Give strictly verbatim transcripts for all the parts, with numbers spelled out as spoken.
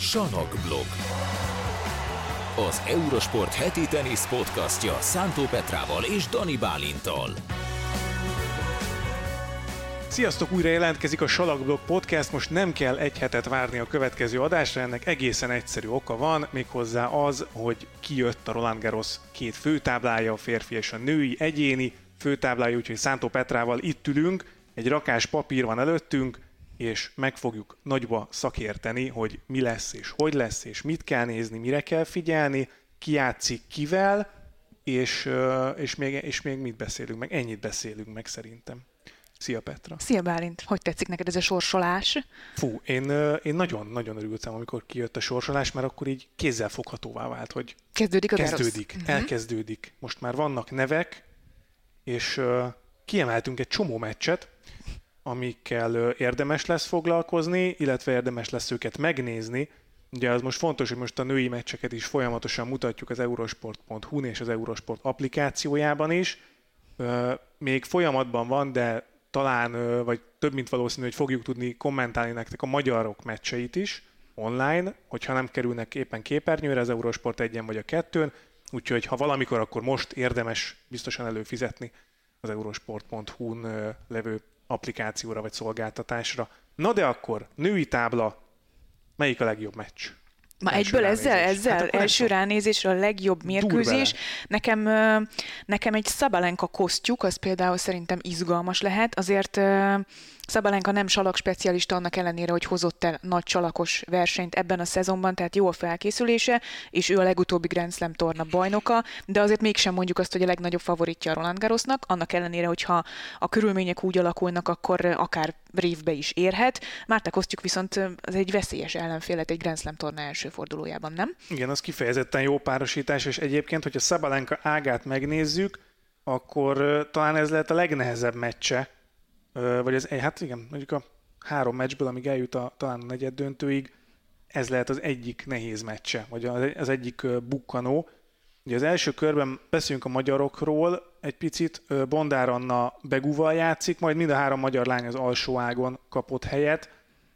Salakblog. Az Eurosport heti tenisz podcastja Szántó Petrával és Dani Bálinttal. Sziasztok, újra jelentkezik a Salakblog podcast, most nem kell egy hetet várni a következő adásra, ennek egészen egyszerű oka van, méghozzá az, hogy kijött a Roland Garros két főtáblája, a férfi és a női egyéni főtáblája, úgyhogy Szántó Petrával itt ülünk, egy rakás papír van előttünk, és meg fogjuk nagyba szakérteni, hogy mi lesz és hogy lesz, és mit kell nézni, mire kell figyelni, ki játszik kivel, és, és, még, és még mit beszélünk meg, ennyit beszélünk meg szerintem. Szia Petra! Szia Bálint! Hogy tetszik neked ez a sorsolás? Fú, én, én nagyon-nagyon örültem, amikor kijött a sorsolás, mert akkor így kézzelfoghatóvá vált, hogy kezdődik a kezdődik, uh-huh. elkezdődik. Most már vannak nevek, és uh, kiemeltünk egy csomó meccset, amikkel uh, érdemes lesz foglalkozni, illetve érdemes lesz őket megnézni. Ugye az most fontos, hogy most a női meccseket is folyamatosan mutatjuk az eurosport pont hu-n és az Eurosport applikációjában is. Uh, még folyamatban van, de talán, vagy több mint valószínű, hogy fogjuk tudni kommentálni nektek a magyarok meccseit is online, hogyha nem kerülnek éppen képernyőre az Eurosport egyen vagy a kettőn, úgyhogy ha valamikor, akkor most érdemes biztosan előfizetni az eurosport pont hu-n levő applikációra vagy szolgáltatásra. Na de akkor, női tábla, melyik a legjobb meccs? Ma egyből ezzel, ezzel hát első ránézésre a legjobb mérkőzés. Nekem, nekem egy Sabalenka Kosztjuk, az például szerintem izgalmas lehet. Azért Sabalenka nem salak specialista, annak ellenére, hogy hozott el nagy salakos versenyt ebben a szezonban, tehát jó a felkészülése, és ő a legutóbbi Grand Slam torna bajnoka, de azért mégsem mondjuk azt, hogy a legnagyobb favoritja a Roland Garrosnak, annak ellenére, hogyha a körülmények úgy alakulnak, akkor akár révbe is érhet. Márta Kosztjuk viszont az egy veszélyes ellenfél egy Grand Slam torna első fordulójában, nem? Igen, az kifejezetten jó párosítás, és egyébként, hogyha Sabalenka ágát megnézzük, akkor talán ez lehet a legnehezebb meccse, vagy az, hát igen, mondjuk a három meccsből, amíg eljut a, talán a negyed döntőig, ez lehet az egyik nehéz meccse, vagy az egyik bukkanó. Ugye az első körben beszélünk a magyarokról egy picit, Bondár Anna Beguval játszik, majd mind a három magyar lány az alsó ágon kapott helyet.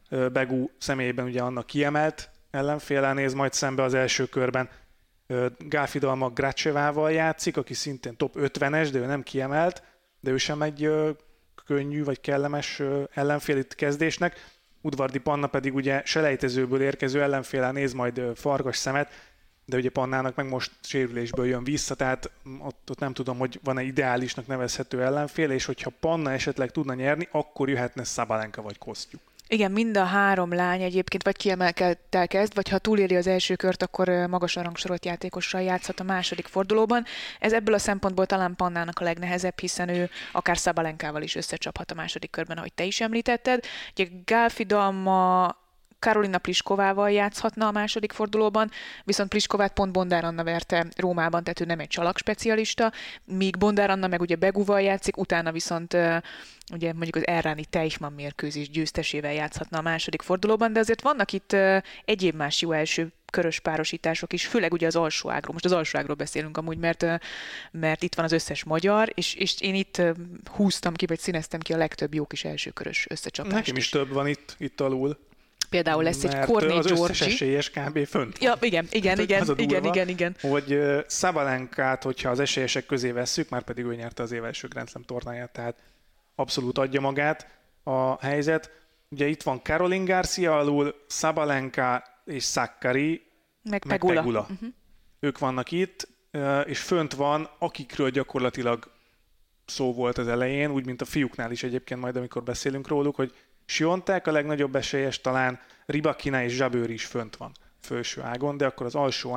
Begu személyében ugye Anna kiemelt ellenféllel néz majd szembe az első körben. Gálfidalma Gracevával játszik, aki szintén top ötvenes, de ő nem kiemelt, de ő sem egy könnyű vagy kellemes ellenfél itt kezdésnek. Udvardi Panna pedig ugye selejtezőből érkező ellenféllel néz majd farkas szemet, de ugye Pannának meg most sérülésből jön vissza, tehát ott, ott nem tudom, hogy van-e ideálisnak nevezhető ellenfél, és hogyha Panna esetleg tudna nyerni, akkor jöhetne Sabalenka vagy Kosztjuk. Igen, mind a három lány egyébként vagy kiemelkedtel kezd, vagy ha túléli az első kört, akkor magasan rangsorolt játékossal játszhat a második fordulóban. Ez ebből a szempontból talán Pannának a legnehezebb, hiszen ő akár Sabalenkával is összecsaphat a második körben, ahogy te is említetted. Ugye Gálfidalma Karolina Pliskovával játszhatna a második fordulóban, viszont Pliskovát pont Bondár Anna verte Rómában, tehát ő nem egy csalak specialista, míg Bondár Anna meg ugye Beguval játszik, utána viszont ugye mondjuk az Erráni Teichmann mérkőzés győztesével játszhatna a második fordulóban, de azért vannak itt egyéb más jó első körös párosítások is, főleg ugye az alsó ágról. Most az alsó ágról beszélünk amúgy, mert, mert itt van az összes magyar, és, és én itt húztam ki, vagy színeztem ki a legtöbb jó kis elsőkörös összecsapást. Nekem is, is több van itt, itt alul. Például lesz egy Korné Györgyi. Az összes esélyes kb. Fönt. Ja, igen, igen, hát, igen, igen, igen, igen. Hogy uh, Sabalenkát, hogyha az esélyesek közé vesszük, már pedig ő nyerte az év első Grand Slam tornáját, tehát abszolút adja magát a helyzet. Ugye itt van Caroline Garcia alul, Sabalenka és Sakkari, meg, meg Pegula. Pegula. Uh-huh. Ők vannak itt, uh, és fönt van, akikről gyakorlatilag szó volt az elején, úgy, mint a fiúknál is egyébként majd, amikor beszélünk róluk, hogy Siontek a legnagyobb esélyes, talán Rybakina és Jabeur is fönt van felső ágon, de akkor az alsó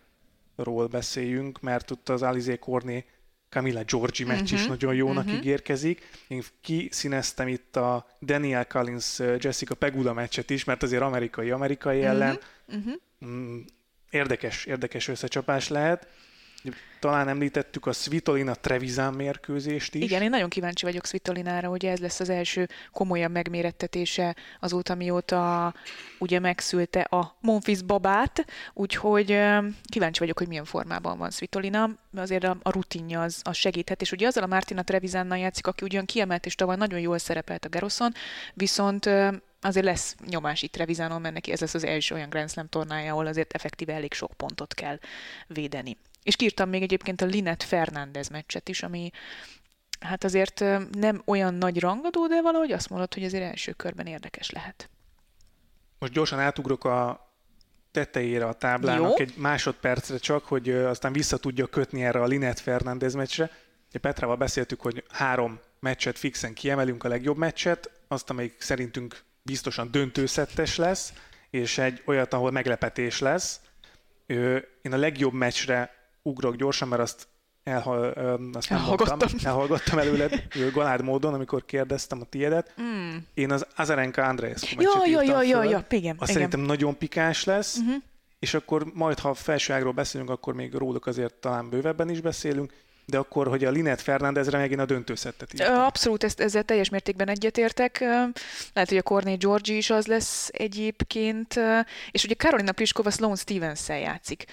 ágról beszéljünk, mert ott az Alizé Cornet Camila Giorgi meccs uh-huh. is nagyon jónak uh-huh. ígérkezik. Én kiszíneztem itt a Danielle Collins Jessica Pegula meccset is, mert azért amerikai-amerikai uh-huh. ellen uh-huh. érdekes, érdekes összecsapás lehet. Talán említettük a Svitolina Trevisan mérkőzést is. Igen, én nagyon kíváncsi vagyok Svitolinára, hogy ez lesz az első komolyabb megmérettetése azóta, mióta ugye megszülte a Monfils babát, úgyhogy kíváncsi vagyok, hogy milyen formában van Svitolina. Azért a, a rutinja az, az segíthet, és ugye azzal a Martina Trevisannal játszik, aki ugyan kiemelt, és tavaly nagyon jól szerepelt a Garroson, viszont azért lesz nyomás itt Trevisanon, mert neki ez lesz az első olyan Grand Slam tornája, ahol azért effektíve elég sok pontot kell védeni. És kiírtam még egyébként a Linette Fernández meccset is, ami hát azért nem olyan nagy rangadó, de valahogy azt mondod, hogy azért első körben érdekes lehet. Most gyorsan átugrok a tetejére a táblának Jó. egy másodpercre csak, hogy aztán vissza tudja kötni erre a Linette Fernández meccsre. Ugye Petrával beszéltük, hogy három meccset fixen kiemelünk, a legjobb meccset, azt, amelyik szerintünk biztosan döntőszettes lesz, és egy olyat, ahol meglepetés lesz. Én a legjobb meccsre ugrok gyorsan, mert azt, elha, azt nem mondtam, elhallgattam előled galád módon, amikor kérdeztem a tiédet. Mm. Én az Azarenka Andreescu meccset ja, írtam ja, föl. ja, ja, igen, azt igen. szerintem nagyon pikáns lesz, Uh-huh. és akkor majd, ha felsőágról beszélünk, akkor még róluk azért talán bővebben is beszélünk, de akkor, hogy a Linette Fernándezre megint a döntőszettet írtam. Abszolút, ezt, ezzel teljes mértékben egyetértek. Lehet, hogy a Cornet Georgi is az lesz egyébként. És ugye Karolina Pliskova Sloane Stephens-szel játszik,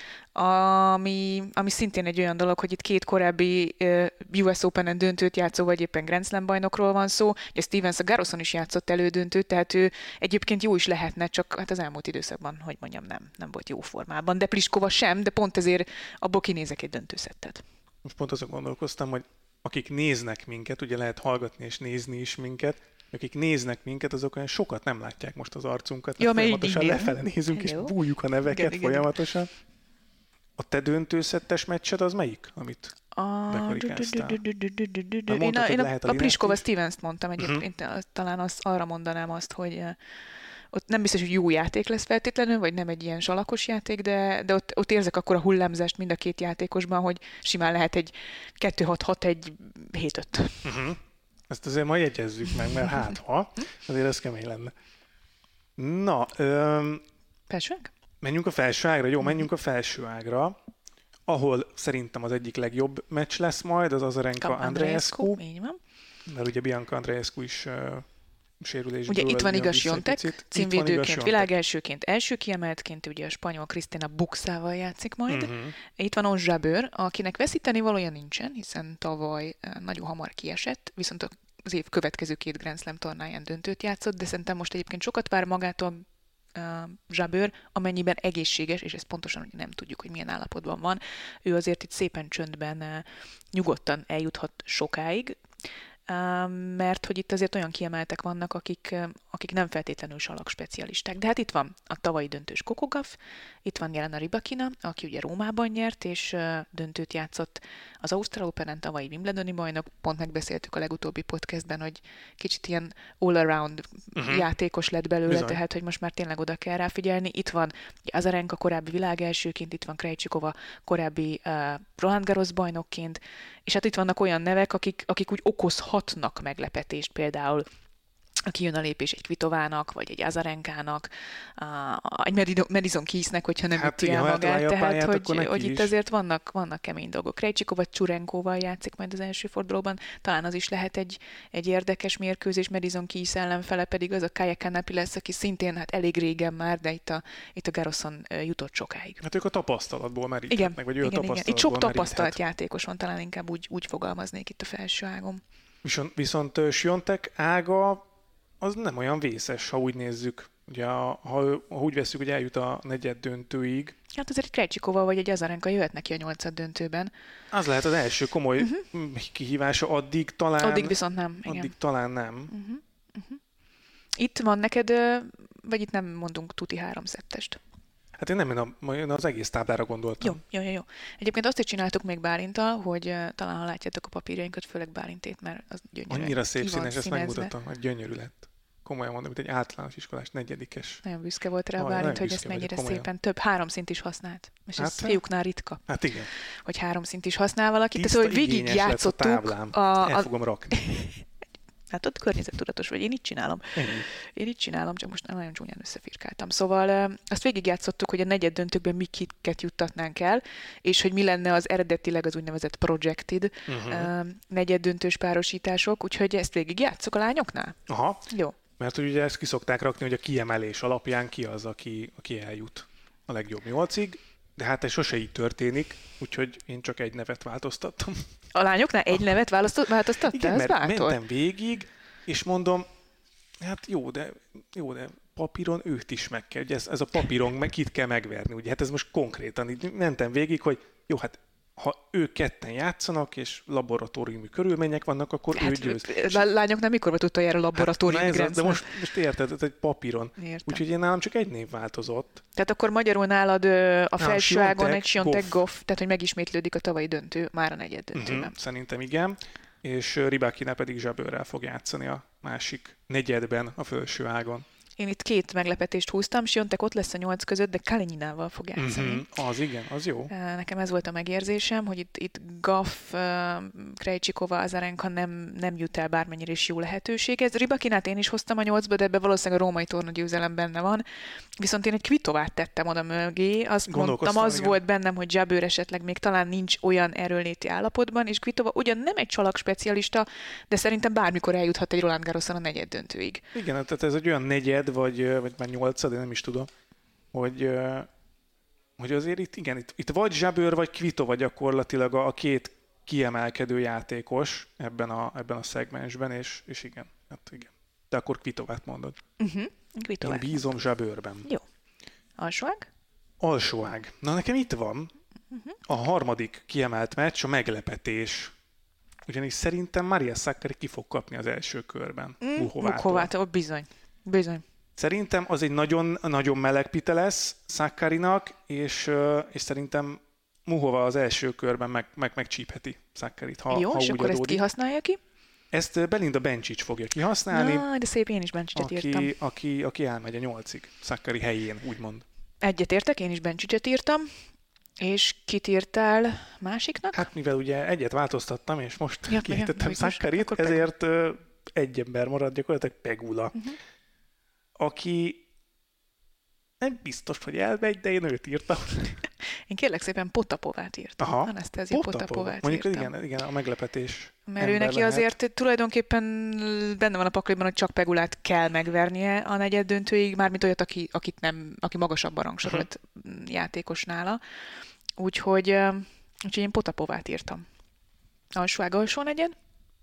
ami, ami szintén egy olyan dolog, hogy itt két korábbi U S Open-en döntőt játszó, vagy éppen Grand Slam bajnokról van szó. Ugye Stephens a Garroson is játszott elődöntőt, tehát ő egyébként jó is lehetne, csak hát az elmúlt időszakban, hogy mondjam, nem, nem volt jó formában. De Pliskova sem, de pont ezért abból kinézek egy döntőszettet. Most pont azon gondolkoztam, hogy akik néznek minket, ugye lehet hallgatni és nézni is minket, akik néznek minket, azok olyan sokat nem látják most az arcunkat, ja, folyamatosan lefele nézünk, és bújjuk a neveket igen, folyamatosan. Igen. A te döntőszettes meccsed az melyik, amit bekarikáztál? Én a, én a, a Pliskova Stephens-t mondtam egyébként, uh-huh. Talán az, arra mondanám azt, hogy ott nem biztos, hogy jó játék lesz feltétlenül, vagy nem egy ilyen salakos játék, de, de ott, ott érzek akkor a hullámzást mind a két játékosban, hogy simán lehet egy kettő hat hat, egy hét öt. Uh-huh. Ezt azért majd jegyezzük meg, mert hát ha, azért ez kemény lenne. Na, öm, felsőág? Menjünk a felsőágra, jó, menjünk a felsőágra, ahol szerintem az egyik legjobb meccs lesz majd, az Azarenka Andreescu, mert ugye Bianca Andreescu is uh, sérülésből. Ugye itt van Iga Świątek, címvédőként, világelsőként, első kiemeltként ugye a spanyol Cristina Buxával játszik majd. Uh-huh. Itt van Ons Jabeur, akinek veszíteni valója nincsen, hiszen tavaly nagyon hamar kiesett, viszont az év következő két Grand Slam tornáján döntőt játszott, de szerintem most egyébként sokat vár magától uh, Jabeur, amennyiben egészséges, és ezt pontosan ugye nem tudjuk, hogy milyen állapotban van. Ő azért itt szépen csöndben uh, nyugodtan eljuthat sokáig, mert hogy itt azért olyan kiemeltek vannak, akik, akik nem feltétlenül salak specialisták. De hát itt van a tavalyi döntős Coco Gauff, itt van Jelena Rybakina, aki ugye Rómában nyert, és döntőt játszott az Ausztrál Openen, tavalyi Wimbledoni bajnok. Pont megbeszéltük a legutóbbi podcastben, hogy kicsit ilyen all-around uh-huh. játékos lett belőle, bizony. Tehát hogy most már tényleg oda kell rá figyelni. Itt van Azarenka korábbi világelsőként, itt van Krejcsikova korábbi uh, Roland Garros bajnokként, és hát itt vannak olyan nevek, akik, akik úgy okozhatnak meglepetést, például aki jön a lépés egy Kvitovának, vagy egy Azarenkának, egy Madison Keysnek, hogyha nem hát üti el magát, tehát pályát, hogy, hogy itt azért vannak, vannak kemény dolgok. Krejcsikova Csurenkóval játszik majd az első fordulóban, talán az is lehet egy, egy érdekes mérkőzés, Madison Keys ellenfele pedig az a Kaia Kanepi lesz, aki szintén hát elég régen már, de itt a, itt a Garroson jutott sokáig. Hát ők a tapasztalatból meríthetnek, vagy ő igen, a tapasztalatból igen. Itt sok tapasztalt meríthet. játékos van, talán inkább úgy, úgy fogalmaznék itt a felső ágon. Viszont, viszont Świątek ága az nem olyan vészes, ha úgy nézzük. Ugye, ha, ha úgy veszük, hogy eljut a negyed döntőig. Hát azért egy Krejcsikova vagy egy Azarenka jöhet neki a nyolcad döntőben. Az lehet az első komoly uh-huh. kihívása, addig talán... Addig viszont nem. Igen. Addig talán nem. Uh-huh. Uh-huh. Itt van neked, vagy itt nem mondunk tuti három szettest? Hát én nem, én, a, én az egész táblára gondoltam. Jó, jó, jó, jó. Egyébként azt is csináltuk még Bálinttal, hogy uh, talán ha látjátok a papírjainkat, főleg Bálintét, mert az gyönyörű. Annyira szép színes, ezt megmutatom, hogy gyönyörű lett. Komolyan mondom, mint egy általános iskolás negyedikes. Nagyon büszke volt rá a Bálint, hogy ezt mennyire vagyok, szépen több három szint is használt. És hát, ez fiúknál ritka. Hát igen. Hogy három szint is használ valaki. Tiszta, tehát, hogy végig játszottuk. A táblám. A, El fogom rakni. Hát ott környezettudatos vagy, én így csinálom. Ennyi. Én így csinálom, csak most nagyon csúnyán összefirkáltam. Szóval azt végigjátszottuk, hogy a negyed döntőkben miket juttatnánk el, és hogy mi lenne az eredetileg az úgynevezett projected uh-huh. negyed döntős párosítások, úgyhogy ezt végigjátszok a lányoknál. Aha. Jó. Mert ugye ezt ki szokták rakni, hogy a kiemelés alapján ki az, aki, aki eljut a legjobb nyolcig, de hát ez sose így történik, úgyhogy én csak egy nevet változtattam. A lányoknál egy nevet változtattál? Igen, mert bátor. Mentem végig, és mondom, Hát jó, de, jó, de papíron őt is meg kell. Ugye ez, ez a papíron meg kit kell megverni. Ugye hát ez most konkrétan így mentem végig, hogy jó, hát ha ők ketten játszanak, és laboratóriumi körülmények vannak, akkor hát, ő győz. A lányok nem mikor volt utoljára laboratóriumi hát, Grand Slam. De most, most érted, ez egy papíron. Értem. Úgyhogy én nálam csak egy név változott. Tehát akkor magyarul nálad ö, a felsőágon egy Świątek Goff. Goff, tehát hogy megismétlődik a tavalyi döntő, már a negyed döntőben. Uh-huh, szerintem igen. És Rybakina pedig Jabbeurrel fog játszani a másik negyedben a felső ágon. Én itt két meglepetést húztam, Świątek ott lesz a nyolc között, de Kalininával fog játszani. Uh-huh, az igen, az jó. Nekem ez volt a megérzésem, hogy itt, itt Goff, Krejcsikova, Azarenka nem, nem jut el bármennyire is jó lehetőség. Ez Rybakinát én is hoztam a nyolcba, de ebbe valószínűleg a római tornagyőzelem benne van. Viszont én egy Kvitovát tettem oda mögé. Azt mondtam, az igen. volt bennem, hogy Jabeur esetleg még talán nincs olyan erőnléti állapotban, és Kvitova ugyan nem egy csalak specialista, de szerintem bármikor eljuthat egy Roland Garroson a negyed döntőig. Igen, tehát ez egy olyan negyed, vagy, vagy már nyolcad, én nem is tudom, hogy, hogy azért itt, igen, itt, itt vagy Jabeur, vagy Kvitova gyakorlatilag a, a két kiemelkedő játékos ebben a, ebben a szegmensben, és, és igen, hát igen. De akkor Kvitovát mondod. Uh-huh. Kvitovát én bízom Jabeurben. Jó. Alsóág? Alsóág. Na nekem itt van uh-huh. a harmadik kiemelt meccs, a meglepetés. Ugyanis szerintem Maria Sakkari ki fog kapni az első körben. Mm, Muchovától. Bizony. Bizony. Szerintem az egy nagyon, nagyon meleg pite lesz Sakkarinak, és, és szerintem Muchova az első körben meg, meg, megcsípheti Sakkarit, ha, Jó, ha és úgy akkor adódik. Ezt kihasználja ki? Ezt Belinda Bencic fogja kihasználni. Na, de szép, én is Bencicet aki, írtam. Aki, aki elmegy a nyolcig Sakkari helyén, úgymond. Egyet értek, én is Bencicet írtam. És kit írtál másiknak? Hát mivel ugye egyet változtattam, és most ja, kiejtettem Sakkarit, most, ezért uh, egy ember marad gyakorlatilag Pegula, uh-huh. aki nem biztos, hogy elmegy, de én őt írtam. Én kérlek szépen Potapovát írtam. Aha, Anasztázia Potapovát Mondjuk írtam. Igen, igen, a meglepetés. Mert ő neki lehet. Azért tulajdonképpen benne van a pakliban, hogy csak Pegulát kell megvernie a negyed döntőig, mármint olyat, aki, akit nem, aki magasabban rangsorolt uh-huh. játékos nála. Úgyhogy, úgyhogy én Potapovát írtam. Alsóág, alsó negyed?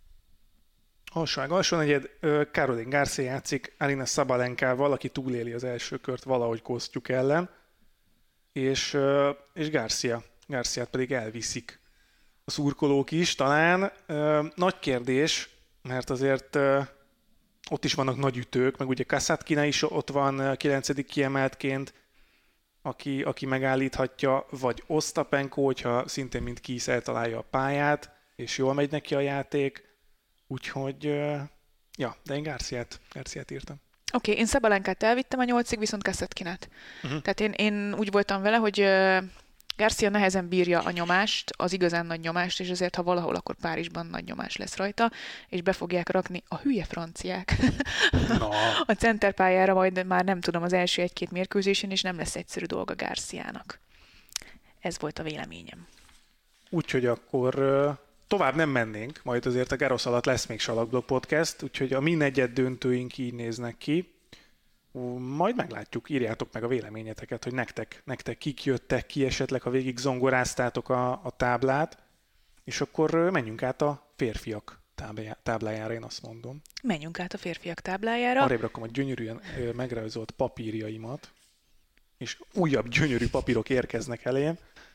Alsóág, alsó negyed. Caroline Garcia játszik Aryna Szabalenkával, aki túléli az első kört valahogy Kosztjuk ellen. És, és Garcia. Garciát pedig elviszik a szurkolók is talán. Nagy kérdés, mert azért ott is vannak nagy ütők, meg ugye Kasatkina is ott van kilencedik kiemeltként, aki, aki megállíthatja, vagy Ostapenko, hogyha szintén mint Kiss eltalálja a pályát, és jól megy neki a játék. Úgyhogy, ja, de én Garciát, Garciát írtam. Oké, okay, én Szabalenkát elvittem a nyolcig, viszont Kasatkinát. Uh-huh. Tehát én, én úgy voltam vele, hogy Garcia nehezen bírja a nyomást, az igazán nagy nyomást, és ezért, ha valahol, akkor Párizsban nagy nyomás lesz rajta, és be fogják rakni a hülye franciák no. a centerpályára, majd már nem tudom, az első egy-két mérkőzésén, és nem lesz egyszerű dolga Garciának. Ez volt a véleményem. Úgyhogy akkor tovább nem mennénk, majd azért a Garros alatt lesz még Salakblog Podcast, úgyhogy a mi negyed döntőink így néznek ki. Majd meglátjuk, írjátok meg a véleményeteket, hogy nektek, nektek kik jöttek ki, esetleg ha végig zongoráztátok a, a táblát, és akkor menjünk át a férfiak táblájára, én azt mondom. Menjünk át a férfiak táblájára. Arrébb rakom a gyönyörűen megrajzolt papírjaimat, és újabb gyönyörű papírok érkeznek elém.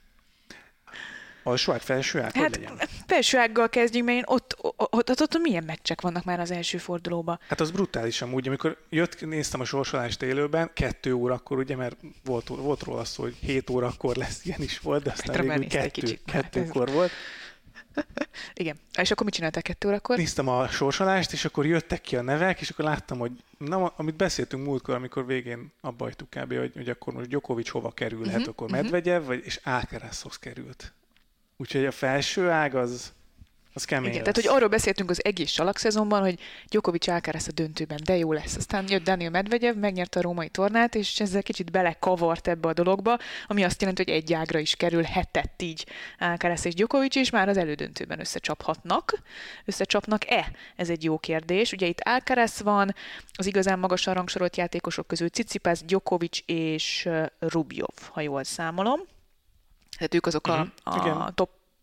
Alsóág, felsőág, hát, hogy legyen? Felsőággal kezdjünk, mert én ott, ott, ott, ott milyen meccsek vannak már az első fordulóban? Hát az brutális amúgy, amikor jött, néztem a sorsolást élőben, kettő órakor, ugye, mert volt, volt róla szó, hogy hét órakor lesz, ilyen is volt, de aztán végül kettő, kettőkor volt. Igen. És akkor mit csináltál kettő órakor? Néztem a sorsolást, és akkor jöttek ki a nevek, és akkor láttam, hogy na, amit beszéltünk múltkor, amikor végén abba hagytuk kb., hogy, hogy akkor most Djokovic hova kerülhet, uh-huh, akkor Medvegyev, vagy, és Alcarazhoz került. Úgyhogy a felső ág az, az kemény. Igen, lesz. tehát hogy arról beszéltünk az egész salakszezonban, hogy Djokovic Alcaraz a döntőben, de jó lesz. Aztán jött Daniil Medvegyev, megnyerte a római tornát, és ezzel kicsit belekavart ebbe a dologba, ami azt jelenti, hogy egy ágra is kerülhetett így Alcaraz és Djokovic, és már az elődöntőben összecsaphatnak. Összecsapnak-e? Ez egy jó kérdés. Ugye itt Alcaraz van, az igazán magasan rangsorolt játékosok közül Tsitsipas, Djokovic és Rublev, ha jól számolom. Tehát ők azok a, a top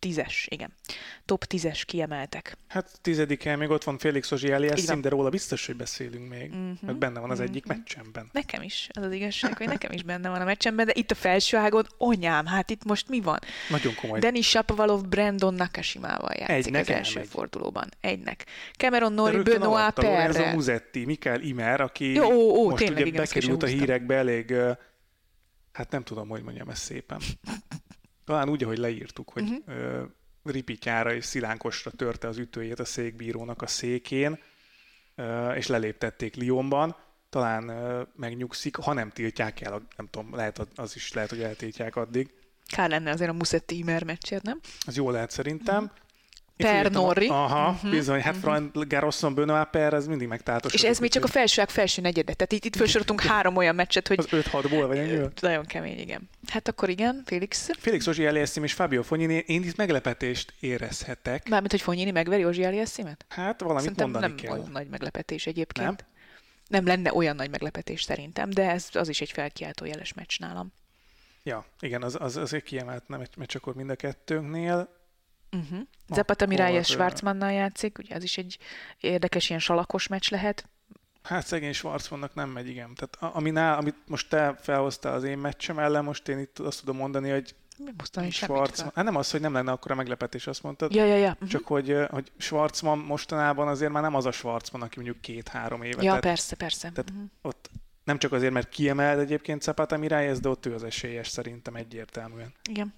tízes, igen. Top tízes kiemeltek. Hát tizediken még ott van Félix Auger-Aliassime, de róla biztos, hogy beszélünk még. Uh-huh. Mert benne van az uh-huh. egyik meccsemben. Nekem is, az az igazság, hogy nekem is benne van a meccsemben, de itt a felső ágon, anyám, hát itt most mi van? Nagyon komoly. Denis Shapovalov Brandon Nakashimával játszik Egynek az első elmegy. fordulóban. Egynek. Cameron Norrie, Benoit Paire. Lorenzo Musetti, Mikael Ymer, aki Jó, ó, ó, most tényleg, ugye igen, bekerült a hírekbe elég, hát nem tudom, hogy mondjam ezt szépen. Talán úgy, ahogy leírtuk, hogy uh-huh. ripityára és szilánkosra törte az ütőjét a székbírónak a székén, és leléptették Lyonban. Talán megnyugszik, ha nem tiltják el, nem tudom, lehet, az is lehet, hogy eltiltják addig. Kár lenne azért a Musetti-Ymer meccset, nem? Az jó lehet szerintem. Uh-huh. Per Norrie. Aha, uh-huh. bizony, hát uh-huh. Frank Garrosson, Benoit Paire, ez mindig megtáltosodik. És ez még csak a felsőág felső negyede. Tehát itt, itt felsorotunk három olyan meccset, hogy... Az öt-hatból vagy ennyi? Nagyon kemény, igen. Hát akkor igen, Félix. Félix Auger-Aliassime és Fabio Fognini, én itt meglepetést érezhetek. Mármint, hogy Fognini megveri Auger-Aliassime-t? Hát valamit szerintem mondani nem kell. Olyan nagy meglepetés egyébként. Nem? Nem lenne olyan nagy meglepetés szerintem, de ez az is egy felkiáltó jeles meccs nálam. Ja, igen, az, az, az egy kiemelt meccs akkor mind a kettőnknél. Uh-huh. Zapata Miralles Schwarzmannal játszik, ugye ez is egy érdekes ilyen salakos meccs lehet. Hát szegény Schwarzmannak nem megy, igen. Tehát ami nál, amit most te felhoztál az én meccsem ellen, most én itt azt tudom mondani, hogy Schwarzman... Hát nem az, hogy nem lenne akkora meglepetés, azt mondtad. Ja, ja, ja. Uh-huh. Csak hogy, hogy Schwarzman mostanában azért már nem az a Schwarzman, aki mondjuk két-három éve. Ja, tehát, persze, persze. Tehát uh-huh. ott nem csak azért, mert kiemelt egyébként Zapata Miralles, de ott ő az esélyes szerintem egyértelműen. Igen.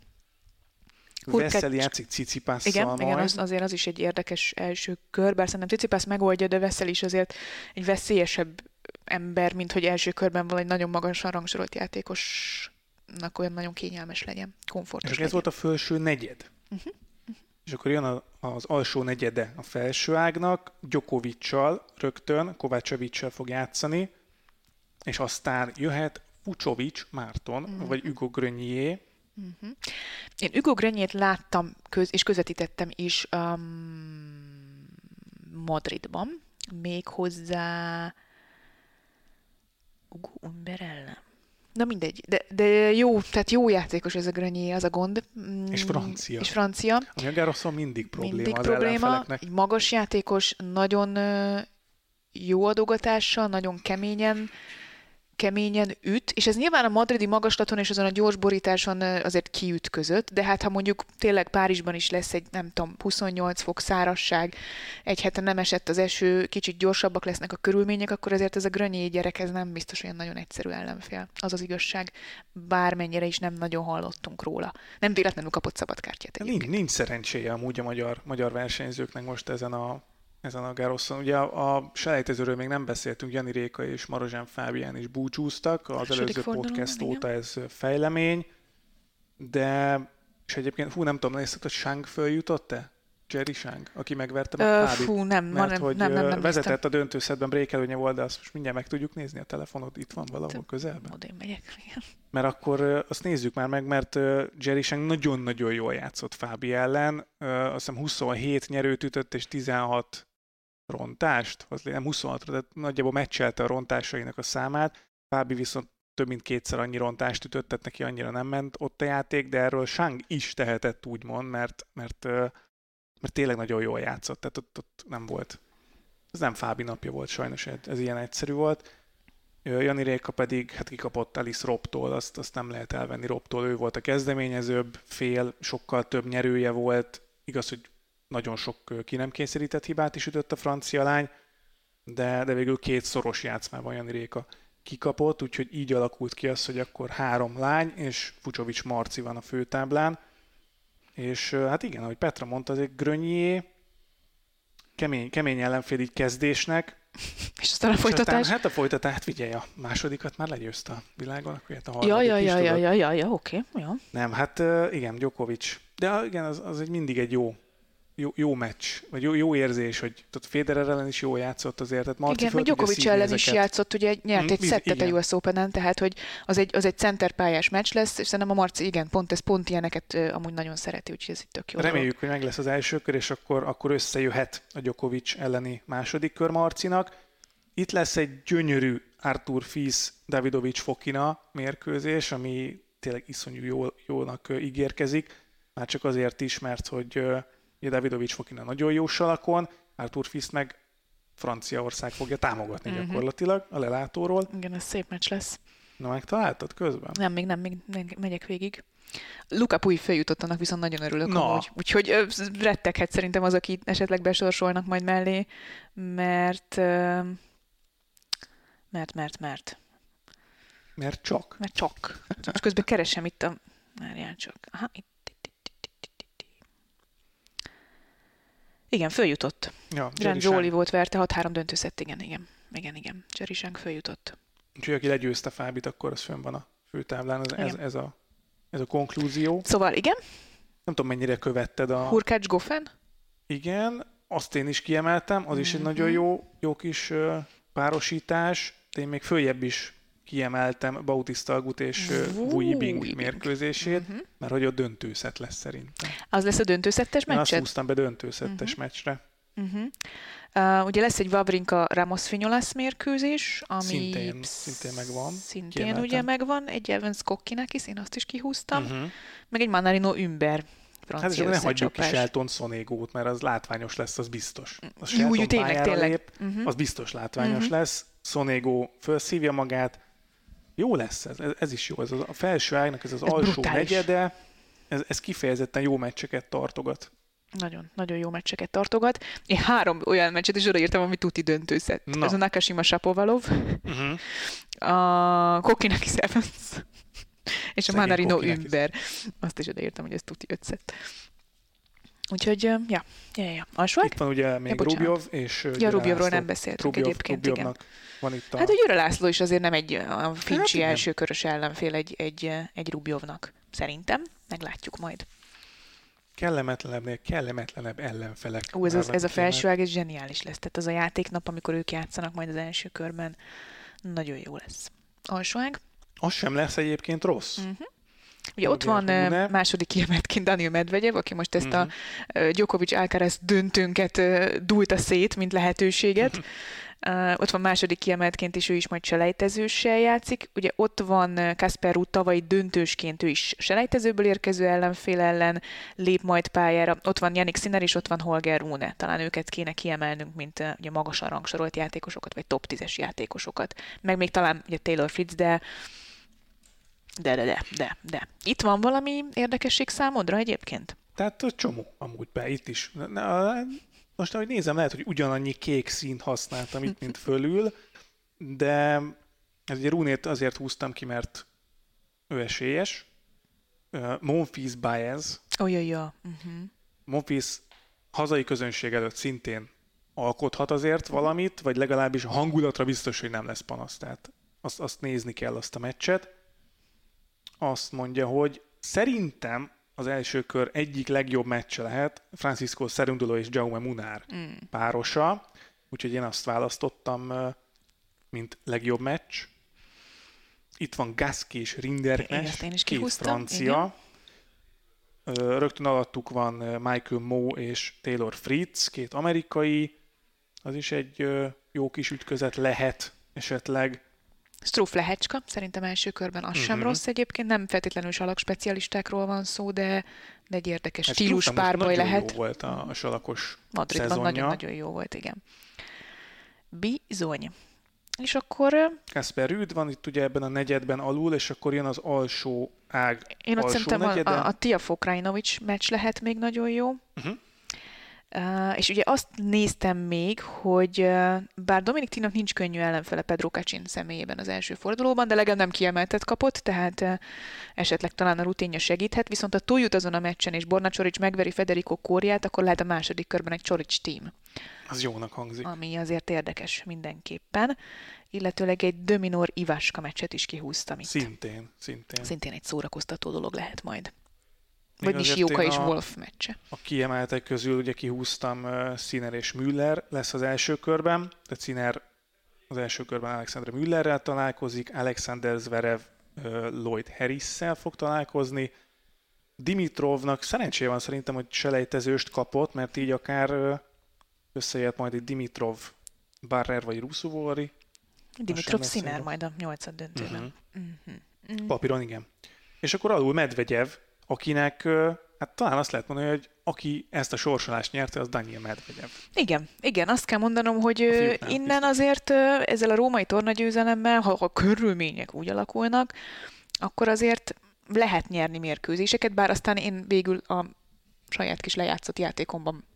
Veszel játszik Cicipásszal igen, majd. Igen, az, azért az is egy érdekes első kör, bár szerintem Cicipász megoldja, de Veszel is azért egy veszélyesebb ember, mint hogy első körben van egy nagyon magasan rangsorolt játékosnak olyan nagyon kényelmes legyen, komfortos És legyen. ez volt a felső negyed. Uh-huh. Uh-huh. És akkor jön a, az alsó negyede a felső ágnak, Djokoviccal rögtön, Kovácsovicsal fog játszani, és aztán jöhet Fucsovics Márton, uh-huh. vagy Hugo Grenier. Uh-huh. Én Hugo Greniert láttam köz- és közvetítettem is um, Madridban, méghozzá Ugo Umber ellen. Na mindegy, de, de jó, tehát jó játékos ez a Grenier, az a gond. És francia. És francia. Ami a Garrosson mindig probléma mindig az probléma. ellenfeleknek. Egy magas játékos, nagyon uh, jó adogatással, nagyon keményen keményen üt, és ez nyilván a madridi magaslaton és azon a gyors borításon azért kiütközött, de hát ha mondjuk tényleg Párizsban is lesz egy, nem tudom, huszonnyolc fok szárazság, egy hete nem esett az eső, kicsit gyorsabbak lesznek a körülmények, akkor azért ez a Grenier gyerek, ez nem biztos olyan nagyon egyszerű ellenfél. Az az igazság, bármennyire is nem nagyon hallottunk róla. Nem véletlenül kapott szabadkártyát egyébként. Nincs, nincs szerencséje amúgy a magyar, magyar versenyzőknek most ezen a ezen a Garrosson. Ugye a, a selejtezőről még nem beszéltünk, Jani Réka és Marozsán Fábián is búcsúztak, az előző podcast igen. óta ez fejlemény, de és egyébként, hú, nem tudom, nézted, hogy Shang följutott-e? Jerry Shang, aki megverte meg Fábit. Fú, nem, mert nem, hogy nem, nem, nem vezetett néztem. a döntőszedben, brékelőnye volt, de azt most mindjárt meg tudjuk nézni, a telefonod itt van valahol közelben. Odén megyek, igen. Mert akkor azt nézzük már meg, mert Jerry Shang nagyon-nagyon jól játszott Fábi ellen, azt hiszem huszonhét nyerőt ütött és tizenhat rontást, az nem huszonhatra, de nagyjából meccselte a rontásainak a számát. Fábi viszont több mint kétszer annyi rontást ütött, tehát neki annyira nem ment ott a játék, de erről Shang is tehetett úgymond, mert, mert, mert tényleg nagyon jól játszott, tehát ott, ott nem volt. Ez nem Fábi napja volt sajnos, ez ilyen egyszerű volt. Jani Réka pedig hát kikapott Alice Robtól, azt, azt nem lehet elvenni Robtól, ő volt a kezdeményezőbb, fél, sokkal több nyerője volt, igaz, hogy nagyon sok ki nem kényszerített hibát is ütött a francia lány, de, de végül két szoros játszmában Jani Réka kikapott, úgyhogy így alakult ki az, hogy akkor három lány, és Fucsovics Marci van a főtáblán. És hát igen, ahogy Petra mondta, azért Grenier kemény, kemény ellenfél így kezdésnek. És aztán a folytatás? Aztán, hát a folytatás, hát figyelj, a másodikat már legyőzte a világon, akkor a harmadik ja, ja, is ja, tudod. ja, ja, ja, ja, oké. Okay, ja. Nem, hát igen, Djokovic. De igen, az, az egy mindig egy jó Jó, jó meccs, vagy jó, jó érzés, hogy tehát Federer ellen is jól játszott azért. Tehát Marci igen, meg Djokovic ellen is játszott, ugye nyert egy mm, szettet a u es Openen, tehát hogy az egy, az egy centerpályás meccs lesz, és szerintem a Marci, igen, pont ez pont ilyeneket uh, amúgy nagyon szereti, úgyhogy ez itt tök jó. Reméljük, dolog. Hogy meg lesz az első kör, és akkor, akkor összejöhet a Djokovic elleni második kör Marcinak. Itt lesz egy gyönyörű Artur Fils Davidovic Fokina mérkőzés, ami tényleg iszonyú jól, jólnak ígérkezik. már csak azért is, mert hogy uh, Davidovics Fokina nagyon jó salakon, Arthur Fils meg Franciaország fogja támogatni uh-huh. gyakorlatilag a lelátóról. Igen, ez szép meccs lesz. Na, megtaláltad közben? Nem, még nem, még megyek végig. Luka Puig feljutott, annak viszont nagyon örülök Na. amúgy. Úgyhogy ö, retteghet szerintem az, aki esetleg besorsolnak majd mellé, mert ö, mert, mert, mert. Mert csak. Mert csak. Most közben keresem itt a... Várjál csak. Aha, itt, itt, itt, itt, itt, itt. Igen, följutott. Ja, Grand Zsóli volt verte, hat három döntőszett, igen, igen. Igen, igen. Jerry Shank följutott. Úgyhogy aki legyőzte Fábit, akkor az fönn van a főtáblán. Ez, ez, ez, a, ez a konklúzió. Szóval igen. Nem tudom, mennyire követted a... Hurkács Goffin. Igen, azt én is kiemeltem. Az mm-hmm. is egy nagyon jó, jó kis uh, párosítás. De én még följebb is kiemeltem Bautista Agut és uh, Wu Yibing mérkőzését, mm-hmm. mert hogy a döntőszett lesz szerintem. Az lesz a döntőszettes meccsed? Én azt húztam be döntőszettes mm-hmm. meccsre. Uh-huh. Uh, ugye lesz egy Wawrinka Ramos Finolas mérkőzés, ami szintén, szintén megvan. Szintén Kiemeltem. ugye megvan, egy Evans Kokkinakis, én azt is kihúztam, uh-huh. meg egy Manarino Ümber francia hát összecsapás. Ne hagyjuk ki Shelton Sonégót, mert az látványos lesz, az biztos. Az Jú, Shelton tényleg, tényleg. Lép, uh-huh. az biztos látványos uh-huh. lesz. Sonégó felszívja magát. Jó lesz ez, ez, ez is jó. Ez az, a felső ágnak ez az ez alsó brutális. Negyede, ez, ez kifejezetten jó meccseket tartogat. Nagyon, nagyon jó meccseket tartogat. Én három olyan meccset is odaírtam, ami tuti döntőszett. Na. Ez a Nakashima Shapovalov, uh-huh. a Kokkinakis Evans és Szegény a Manarino Kokkinakis. Ümber. Azt is odaírtam, hogy ez tuti ötszett. Úgyhogy, ja, ja, ja, ja. Alsóak? Itt van ugye még ja, Rubjov, és ja, Rubjovról nem beszéltünk Rubjov, egyébként, Rubjovnak igen. Van itt a... Hát, hogy Győre László is azért nem egy a Fincsi hát, elsőkörös ellenfél egy, egy, egy Rubjovnak. Szerintem. Meglátjuk majd. Kellemetlenebbnél kellemetlenebb ellenfelek. Ó, ez, az, ez a felsőág, ez zseniális lesz. Tehát az a játéknap, amikor ők játszanak majd az első körben, nagyon jó lesz. Alsóág? Az sem lesz egyébként rossz. Uh-huh. Ugye ott van Rune. Második kiemeltként Daniil Medvegyev, aki most ezt uh-huh. a Djokovic-Alcaraz döntőnket dúlta szét, mint lehetőséget. Uh, ott van második kiemeltként is, ő is majd selejtezőssel játszik. Ugye ott van Kasper Ruud tavalyi döntősként, ő is selejtezőből érkező ellenfél ellen lép majd pályára. Ott van Jannik Sinner és ott van Holger Rune. Talán őket kéne kiemelnünk, mint uh, ugye magasan rangsorolt játékosokat, vagy top tízes játékosokat. Meg még talán ugye Taylor Fritz, de De, de, de, de, de. Itt van valami érdekesség számodra egyébként? Tehát csomó amúgy be, itt is. Na, most ahogy nézem, lehet, hogy ugyanannyi kék színt használtam itt, mint fölül, de ez ugye Runét azért húztam ki, mert ő esélyes. Monfils Baez. Oh, ja, ja. Uh-huh. Monfils hazai közönség előtt szintén alkothat azért valamit, vagy legalábbis a hangulatra biztos, hogy nem lesz panasz. Tehát azt, azt nézni kell, azt a meccset. Azt mondja, hogy szerintem az első kör egyik legjobb meccse lehet Francisco Cerundolo és Jaume Munar mm. párosa, úgyhogy én azt választottam, mint legjobb meccs. Itt van Gasquet és Rinderknecht, két francia. Igen. Rögtön alattuk van Michael Mmoh és Taylor Fritz, két amerikai. Az is egy jó kis ütközet lehet esetleg. Struff Lehecska, szerintem első körben az uh-huh. sem rossz egyébként, nem feltétlenül salak specialistákról van szó, de, de egy érdekes hát stílus párbaj lehet. Nagyon jó volt a, a salakos Madridban szezonja. nagyon-nagyon jó volt, igen. Bizony. És akkor... Kasper Ruud van itt ugye ebben a negyedben alul, és akkor jön az alsó ág. Én ott alsó szerintem negyede. a, a Tiafoe Krajinovic meccs lehet még nagyon jó. Uh-huh. Uh, és ugye azt néztem még, hogy uh, bár Dominik Thiem-nak nincs könnyű ellenfele Pedro Cachin személyében az első fordulóban, de legalább nem kiemeltet kapott, tehát uh, esetleg talán a rutinja segíthet, viszont ha túljut azon a meccsen, és Borna Čorić megveri Federico Coriát, akkor lehet a második körben egy Čorić team. Az jónak hangzik. Ami azért érdekes mindenképpen. Illetőleg egy Dominor Ivaska meccset is kihúztam itt. Szintén, szintén. Szintén egy szórakoztató dolog lehet majd. Vagy Nishioka és Wolf meccse. A kiemeltek közül ugye kihúztam uh, Sinner és Müller lesz az első körben. Tehát Sinner az első körben Alexander Müllerrel találkozik, Alexander Zverev uh, Lloyd Harris-szel fog találkozni. Dimitrovnak szerencséje van szerintem, hogy selejtezőst kapott, mert így akár uh, összejött majd egy Dimitrov, Barrer vagy Rusuvari. Dimitrov Sinner majd a nyolcad döntőben. Uh-huh. Uh-huh. Papíron igen. És akkor alul Medvegyev, akinek uh, hát talán azt lehet mondani, hogy aki ezt a sorsolást nyerte, az Daniil Medvegyev. Igen, igen, azt kell mondanom, hogy fiúknál innen biztos. azért ezzel a római tornagyőzelemmel, ha a körülmények úgy alakulnak, akkor azért lehet nyerni mérkőzéseket, bár aztán én végül a saját kis lejátszott játékomban.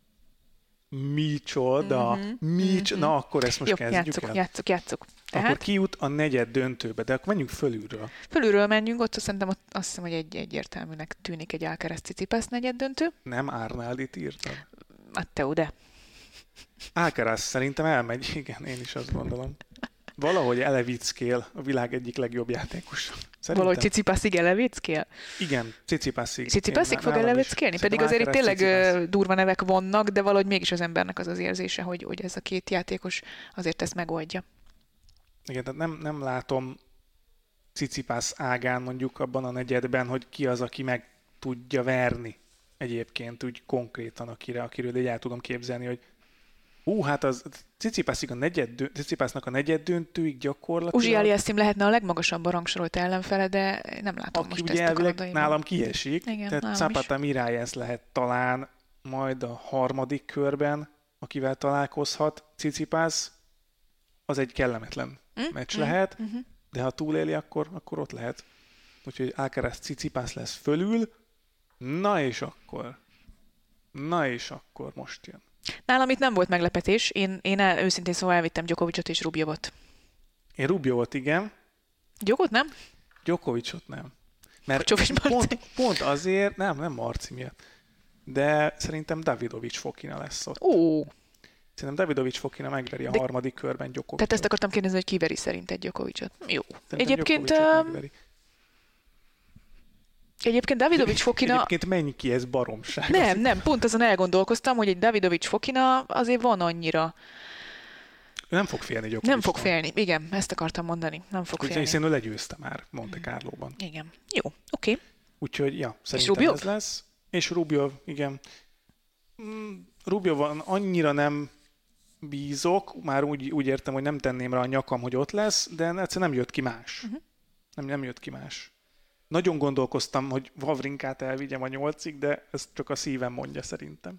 Micsoda, Mhm, micsoda. mhm. Na akkor ezt most Jó, kezdjük játsszuk, el. játsszuk, játsszuk. Akkor Tehát ki jut a negyed döntőbe, de akkor menjünk fölülről. fölülről menjünk, ott szerintem ott azt hiszem, hogy egy egyértelműnek tűnik egy Alcaraz Tsitsipas negyed döntő. Nem Arnaldit írtam. Matteo, de. Alcaraz szerintem elmegy, igen, én is azt gondolom. Valahogy Elevickél a világ egyik legjobb játékosa. Szerintem. Valahogy Tsitsipasig Elevickél? Igen, Tsitsipasig. Csicipaszik Én fog nálam is. Elevickélni? Pedig Szerintem azért itt Alcaraz, tényleg Tsitsipas. ö, durva nevek vannak, de valahogy mégis az embernek az az érzése, hogy, hogy ez a két játékos azért ezt megoldja. Igen, tehát nem, nem látom Tsitsipas ágán mondjuk abban a negyedben, hogy ki az, aki meg tudja verni egyébként úgy konkrétan, akire, akiről így el tudom képzelni, hogy hú, hát az Tsitsipasig a negyed dö- Tsitsipasnak a negyed döntőig gyakorlatilag, Uzsi Aliasszim lehetne a legmagasabban rangsorolt ellenfele, de nem látom aki most ugye ezt a elvileg kanadaiban. nálam kiesik, Igen, tehát nálam Zapata Miralles lehet talán majd a harmadik körben, akivel találkozhat Tsitsipas, az egy kellemetlen Mm, meccs mm, lehet, mhm. de ha túléli, akkor, akkor ott lehet. Úgyhogy Alcaraz Tsitsipas lesz fölül, na és akkor, na és akkor most jön. Nálam itt nem volt meglepetés. Én, én el, őszintén szóval elvittem Djokovicot és Rubjovot. Én Rubjovot igen, Djokovot nem? Djokovicot nem. Mert Csovics Marci. pont, pont azért, nem, nem Marci miatt, de szerintem Davidovics Fokina lesz ott. Ó, Szerintem Davidovics Fokina megveri a De- harmadik körben Djokovicot. tehát ezt akartam kérdezni, hogy kiveri szerinted Djokovicot. Jó. Szerintem Egyébként, Djokovicot um, megveri. egyébként Davidovics Fokina... Egyébként menj ki, ez baromság. Nem, nem, pont azon elgondolkoztam, hogy egy Davidovics Fokina azért van annyira. Ő nem fog félni Djokovictól. Nem fog félni. Igen, ezt akartam mondani. Nem fog félni. Hiszen ő legyőzte már Monte Carlóban. Igen. Jó, oké. Okay. Úgyhogy, ja, szerintem Rubjov? ez lesz. És Rubjov, igen. Mm, Rubjovon annyira nem bízok, már úgy, úgy értem, hogy nem tenném rá a nyakam, hogy ott lesz, de egyszerűen nem jött ki más. Uh-huh. Nem, nem jött ki más. Nagyon gondolkoztam, hogy Wawrinkát elvigyem a nyolcig, de ezt csak a szívem mondja szerintem.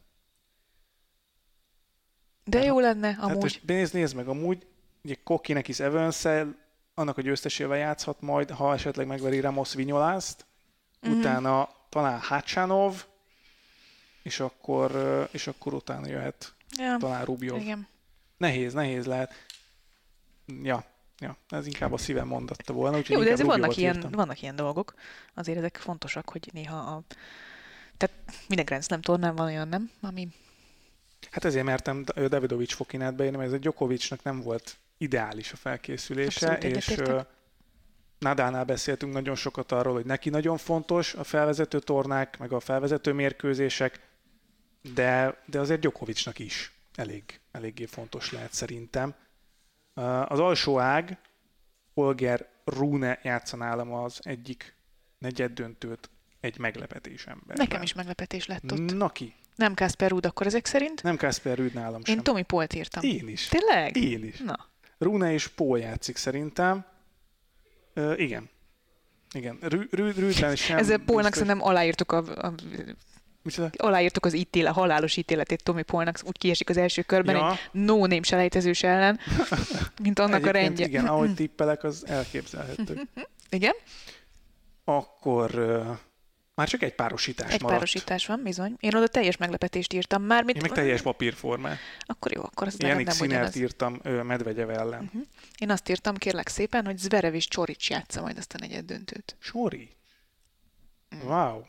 De jó lenne, Hát amúgy. most nézd, nézd meg, amúgy ugye Kokinek is Evans-szel, annak a győztesével játszhat majd, ha esetleg megveri Ramos Vinyolászt, Mhm. utána talán Hacsanov, és akkor, ö, és akkor utána jöhet Ja, talán Rubjov. igen. Nehéz, nehéz lehet. Ja, ja, ez inkább a szívem mondatta volna, úgyhogy Jó, de inkább ezért vannak Rubjovot ilyen, írtam. vannak ilyen dolgok. Azért ezek fontosak, hogy néha a... Tehát minden Grand Slam tornán van olyan, nem? Ami... Hát ezért mertem Davidovics Fokinát beírni, mert ez a Djokovicnak nem volt ideális a felkészülése, Abszolút és egyetértek. ö, Nadalnál beszéltünk nagyon sokat arról, hogy neki nagyon fontos a felvezető tornák, meg a felvezető mérkőzések, de, de azért Djokovicnak is elég, eléggé fontos lehet szerintem. Uh, Az alsó ág, Holger Rune játsza nálam az egyik negyeddöntőt egy meglepetés ember. Nekem is meglepetés lett ott. Na ki? Nem Kasper Ruud akkor ezek szerint? Nem Kasper Ruud nálam sem. Én Tommy Pault írtam. Én is. Tényleg? Én is. Na. Rune és Paul játszik szerintem. Ö, igen. Igen. Rü- Rü- Rüdben sem Ezzel Paulnak biztos- szerintem aláírtuk a, a Micsoda? aláírtuk az ítéle, halálos ítéletét Tommy Paulnak, úgy kiesik az első körben Ja. egy no-name selejtezős ellen, mint annak a Egyébként rendje. Igen, ahogy tippelek, az elképzelhető. Igen? Akkor ö, már csak egy párosítás Egy maradt. párosítás van, bizony. Én oda teljes meglepetést írtam. Mármint... Én meg teljes papírformán. Akkor jó, akkor az Jannik nem Sinnert ugyanaz. írtam ö, Medvegyev ellen. Uh-huh. Én azt írtam, kérlek szépen, hogy Zverev és Csorics játsza majd azt a negyed döntőt. Sori. Wow.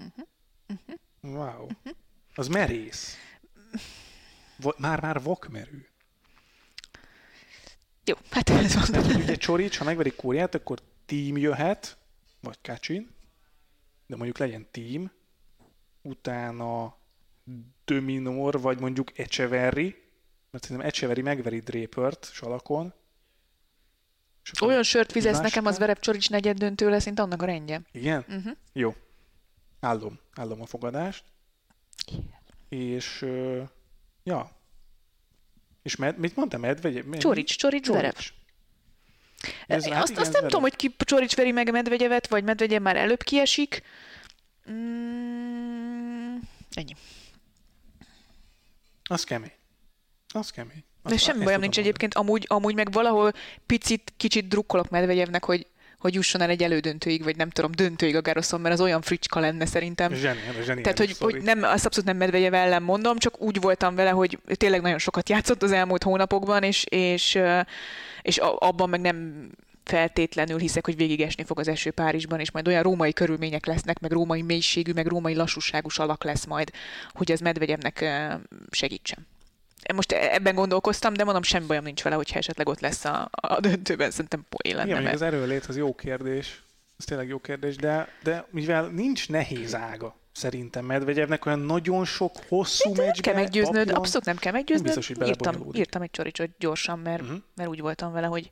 Wow. Az merész. Va- Már-már vakmerő. Jó, hát ez van. Tehát, hogy ugye Csorics, ha megverik Kóriát, akkor team jöhet, vagy Kacsin, de mondjuk legyen team, utána Dominor, vagy mondjuk Echeverry, mert szerintem Echeverry megveri Drapert salakon. És akkor Olyan sört fizesz Iváska? nekem, az Zverev Csorics negyed döntő lesz, mint annak a rendje. Igen? Uh-huh. Jó. Állom. Állom a fogadást. És, uh, ja. És med, mit mondtam? Medvegyev? Csorics, Csorics, Zverev. Ez, Azt, hát azt igen, nem Zverev. tudom, hogy ki Csorics veri meg Medvegyevet, vagy Medvegyev már előbb kiesik. Mm, Ennyi. Az kemény. Az kemény. De semmi bajom nincs egyébként, amúgy, amúgy meg valahol picit, kicsit drukkolok Medvegyevnek, hogy, hogy jusson el egy elődöntőig, vagy nem tudom, döntőig a Garroson, mert az olyan fricska lenne szerintem. Zseniális, zseniális. Tehát, hogy, hogy nem, azt abszolút nem Medvegyev ellen mondom, csak úgy voltam vele, hogy tényleg nagyon sokat játszott az elmúlt hónapokban, és, és, és abban meg nem feltétlenül hiszek, hogy végigesni fog az eső Párizsban, és majd olyan római körülmények lesznek, meg római mélységű, meg római lassúságú alak lesz majd, hogy ez Medvegyevnek segítsen. Most ebben gondolkoztam, de mondom, semmi bajom nincs vele, hogyha esetleg ott lesz a, a döntőben, szerintem poén lenne. Igen, mert... az erőlét az jó kérdés, ez tényleg jó kérdés, de, de mivel nincs nehéz ága, szerintem Medvegyevnek olyan nagyon sok hosszú meccsben. Nem kell meggyőznöd, papíron, abszolút nem kell meggyőznöd. Nem biztos, írtam, írtam egy csoricsot gyorsan, mert, uh-huh. mert úgy voltam vele, hogy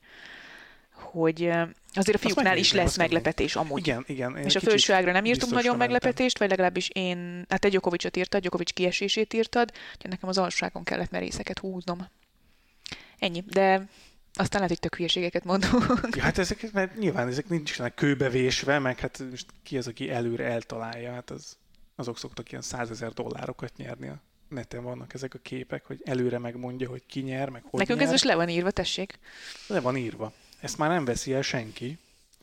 hogy azért a fiúknál is lesz meglepetés amúgy. Igen, igen. És a felső ágra nem írtunk nagyon meglepetést, vagy legalábbis én, hát egy Djokovicot írtad, Djokovic kiesését írtad, úgyhogy nekem az alsóságon kellett merészeket húznom. Ennyi, de aztán lehet, hogy tök hülyeségeket mondunk. Ja, hát ezek, mert nyilván ezek nincsenek kőbevésve, meg hát most ki az, aki előre eltalálja, hát az, azok szoktak ilyen százezer dollárokat nyerni. A neten vannak ezek a képek, hogy előre megmondja, hogy ki nyer, meg hogy Nekünk nyer. ez most le van írva, tessék. Le van írva. Ezt már nem veszi el senki.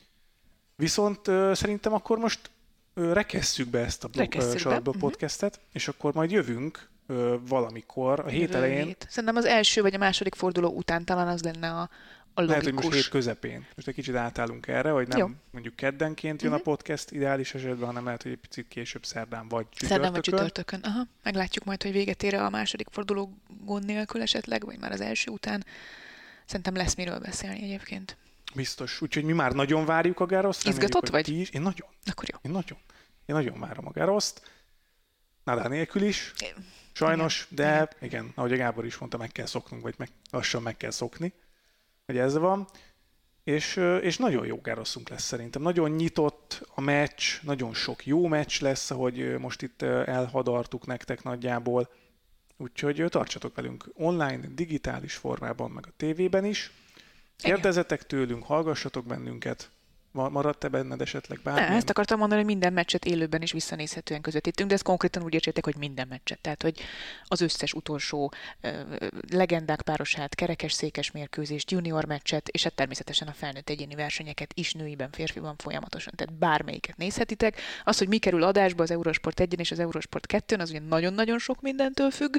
Viszont uh, szerintem akkor most uh, rekesszük be ezt a Sarokból podcastet, uh-huh. és akkor majd jövünk uh, valamikor a hét elején. Hét. Szerintem az első vagy a második forduló után talán az lenne a, a logikus. Lehet, hogy most hét közepén. Most egy kicsit átállunk erre, hogy nem Jó. mondjuk keddenként jön uh-huh. a podcast ideális esetben, hanem lehet, hogy egy picit később szerdán vagy csütörtökön. Szerdán vagy csütörtökön. Aha. Meglátjuk majd, hogy véget ér a második forduló gond nélkül esetleg, vagy már az első után. Szerintem lesz miről beszélni egyébként. Biztos. Úgyhogy mi már nagyon várjuk a Garroszt. Izgatott vagy? Is. Én nagyon. Akkor jó. Én nagyon. Én nagyon várom a Garroszt. Nadal nélkül is. Sajnos, igen. de igen. igen, ahogy a Gábor is mondta, meg kell szoknunk, vagy meg, lassan meg kell szokni, hogy ez van. És, és nagyon jó Garroszunk lesz szerintem. Nagyon nyitott a meccs, nagyon sok jó meccs lesz, ahogy most itt elhadartuk nektek nagyjából. Úgyhogy tartsatok velünk online, digitális formában, meg a tévében is. Kérdezzetek tőlünk, hallgassatok bennünket. Maradt-e benned esetleg bármilyen? Ne, ezt akartam mondani, hogy minden meccset élőben is visszanézhetően közvetítünk, de ezt konkrétan úgy értsétek, hogy minden meccset. Tehát, hogy az összes utolsó uh, legendák párosát, kerekes-székes mérkőzést, junior meccset, és hát természetesen a felnőtt egyéni versenyeket is nőiben, férfiban folyamatosan. Tehát bármelyiket nézhetitek. Az, hogy mi kerül adásba az Eurosport egyen és az Eurosport kettőn, az ugye nagyon-nagyon sok mindentől függ,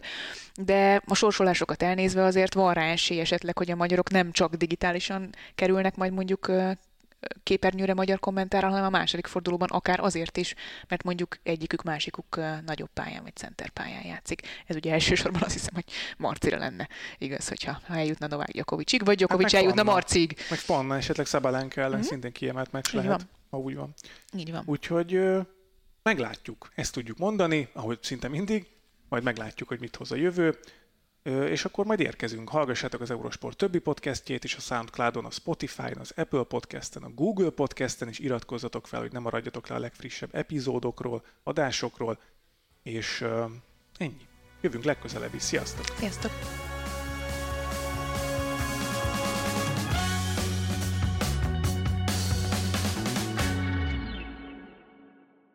de a sorsolásokat elnézve azért van rá esély esetleg, hogy a magyarok nem csak digitálisan kerülnek majd mondjuk uh, képernyőre magyar kommentárral, hanem a második fordulóban akár azért is, mert mondjuk egyikük, másikuk nagyobb pályán vagy center pályán játszik. Ez ugye elsősorban azt hiszem, hogy Marcira lenne igaz, hogyha ha eljutna Novák Djokovicig, vagy Djokovic hát eljutna Marcig. Meg Panna, esetleg Szabalenka ellen mm-hmm. szintén kiemelt meccs lehet, van. ha úgy van. Így van. Úgyhogy ö, meglátjuk, ezt tudjuk mondani, ahogy szinte mindig, majd meglátjuk, hogy mit hoz a jövő. És akkor majd érkezünk. Hallgassátok az Eurosport többi podcastjét is, a Soundcloudon, a Spotify-on, az Apple Podcasten, a Google Podcasten, és iratkozzatok fel, hogy ne maradjatok le a legfrissebb epizódokról, adásokról, és uh, ennyi. Jövünk legközelebb is. Sziasztok! Sziasztok!